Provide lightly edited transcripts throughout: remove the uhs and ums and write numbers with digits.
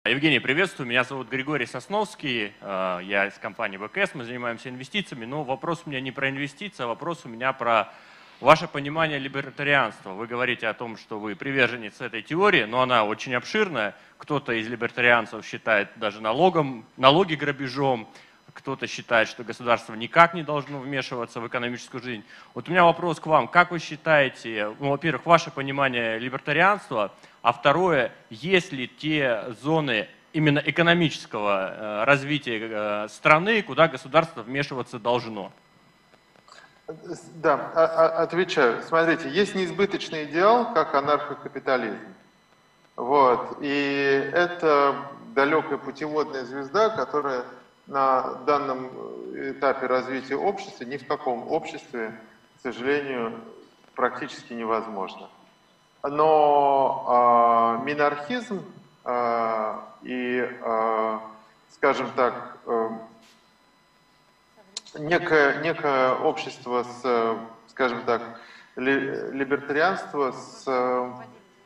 Евгений, приветствую. Меня зовут Григорий Сосновский. Я из компании ВКС. Мы занимаемся инвестициями. Но вопрос у меня не про инвестиции, а вопрос у меня про ваше понимание либертарианства. Вы говорите о том, что вы приверженец этой теории, но она очень обширная. Кто-то из либертарианцев считает даже налоги грабежом. Кто-то считает, что государство никак не должно вмешиваться в экономическую жизнь. Вот у меня вопрос к вам. Как вы считаете, во-первых, ваше понимание либертарианства, а второе, есть ли те зоны именно экономического развития страны, куда государство вмешиваться должно? Да, отвечаю. Смотрите, есть неизбыточный идеал, как анархокапитализм. Вот. И это далекая путеводная звезда, которая на данном этапе развития общества, ни в каком обществе, к сожалению, практически невозможно. Но минархизм скажем так, некое общество с, скажем так, либертарианство с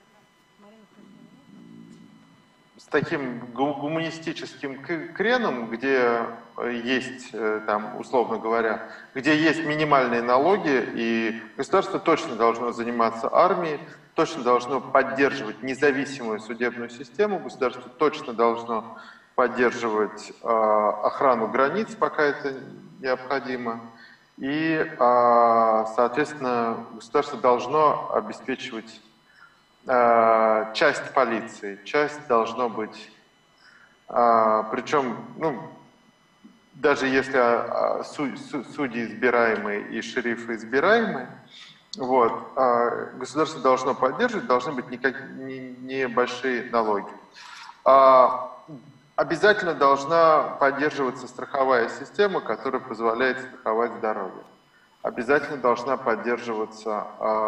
таким гуманистическим креном, где есть, там, условно говоря, где есть минимальные налоги, и государство точно должно заниматься армией, точно должно поддерживать независимую судебную систему, государство точно должно поддерживать охрану границ, пока это необходимо, и, соответственно, государство должно обеспечивать часть полиции, часть должно быть, причем, ну, даже если судьи избираемые и шерифы избираемые, вот, государство должно поддерживать, должны быть небольшие налоги. Обязательно должна поддерживаться страховая система, которая позволяет страховать здоровье. Обязательно должна поддерживаться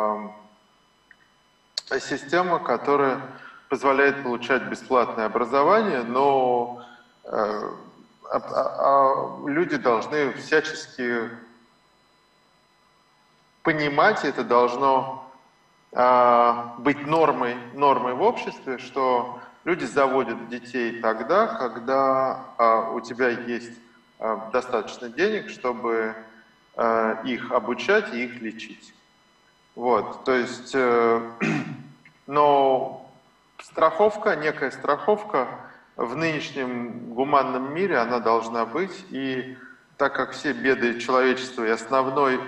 система, которая позволяет получать бесплатное образование, но люди должны всячески понимать, это должно быть нормой в обществе, что люди заводят детей тогда, когда у тебя есть достаточно денег, чтобы их обучать и их лечить. Вот, то есть, но страховка, некая страховка в нынешнем гуманном мире, она должна быть, и так как все беды человечества и основной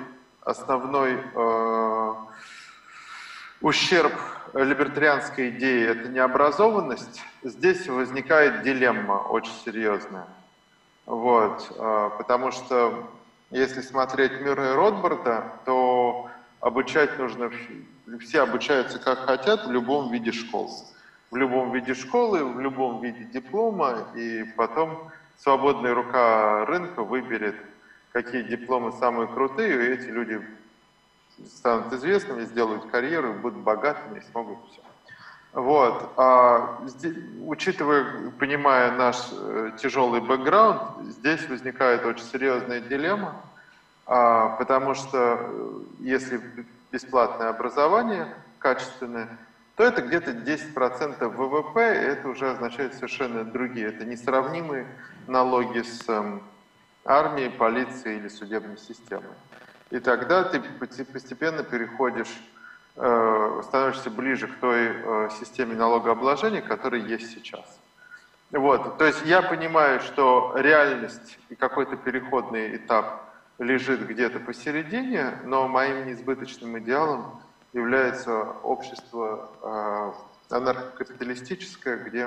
ущерб либертарианской идеи – это необразованность, здесь возникает дилемма очень серьезная. Вот, потому что если смотреть Мюррея Ротбарда, то обучать нужно, все обучаются как хотят в любом виде школ. В любом виде школы, в любом виде диплома, и потом свободная рука рынка выберет, какие дипломы самые крутые, и эти люди станут известными, сделают карьеру, будут богатыми и смогут все. Вот. Учитывая, понимая наш тяжелый бэкграунд, здесь возникает очень серьезная дилемма, потому что если бесплатное образование качественное, то это где-то 10% ВВП, и это уже означает совершенно другие. Это несравнимые налоги с армией, полицией или судебной системой. И тогда ты постепенно переходишь, становишься ближе к той системе налогообложения, которая есть сейчас. Вот. То есть я понимаю, что реальность и какой-то переходный этап лежит где-то посередине, но моим неизбыточным идеалом является общество анархокапиталистическое, где,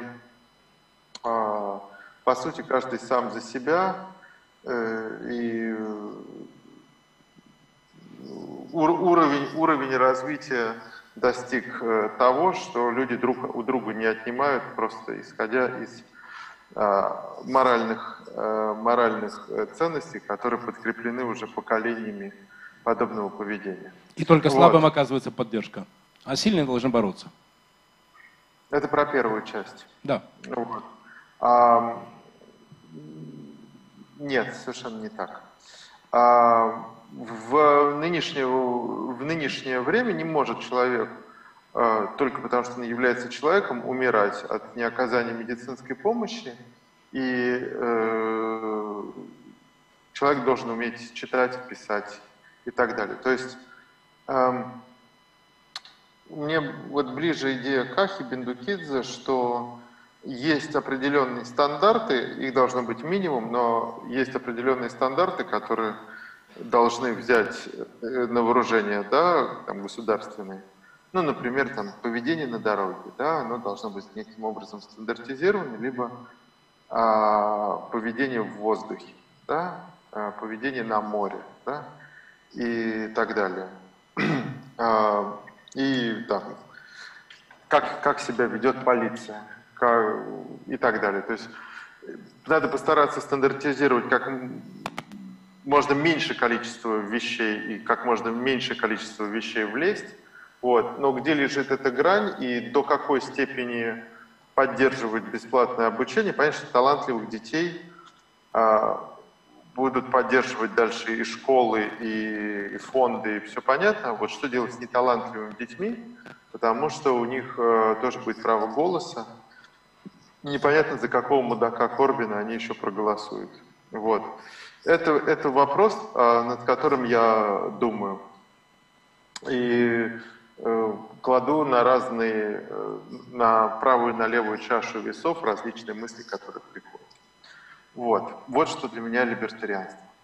по сути, каждый сам за себя, и уровень развития достиг того, что люди друг у друга не отнимают, просто исходя из моральных ценностей, которые подкреплены уже поколениями подобного поведения. И только слабым оказывается поддержка, а сильные должны бороться. Это про первую часть. Да. Вот. Нет, совершенно не так. В нынешнее время не может человек только потому, что он является человеком, умирать от неоказания медицинской помощи, и человек должен уметь читать, писать и так далее. То есть мне вот ближе идея Кахи Бендукидзе, что есть определенные стандарты, их должно быть минимум, но есть определенные стандарты, которые должны взять на вооружение, да, там, государственные. Ну, например, там, поведение на дороге, да, оно должно быть неким образом стандартизировано, либо поведение в воздухе, да, поведение на море, да, и так далее. И там, как себя ведет полиция, и так далее. То есть надо постараться стандартизировать как можно меньше количество вещей и как можно меньше количество вещей влезть. Вот. Но где лежит эта грань и до какой степени поддерживать бесплатное обучение? Понятно, что талантливых детей будут поддерживать дальше и школы, и фонды, и все понятно. Вот что делать с неталантливыми детьми? Потому что у них тоже будет право голоса. Непонятно, за какого мудака Корбина они еще проголосуют. Вот. Это вопрос, над которым я думаю. И кладу на разные, на правую и на левую чашу весов различные мысли, которые приходят. Вот что для меня либертарианство.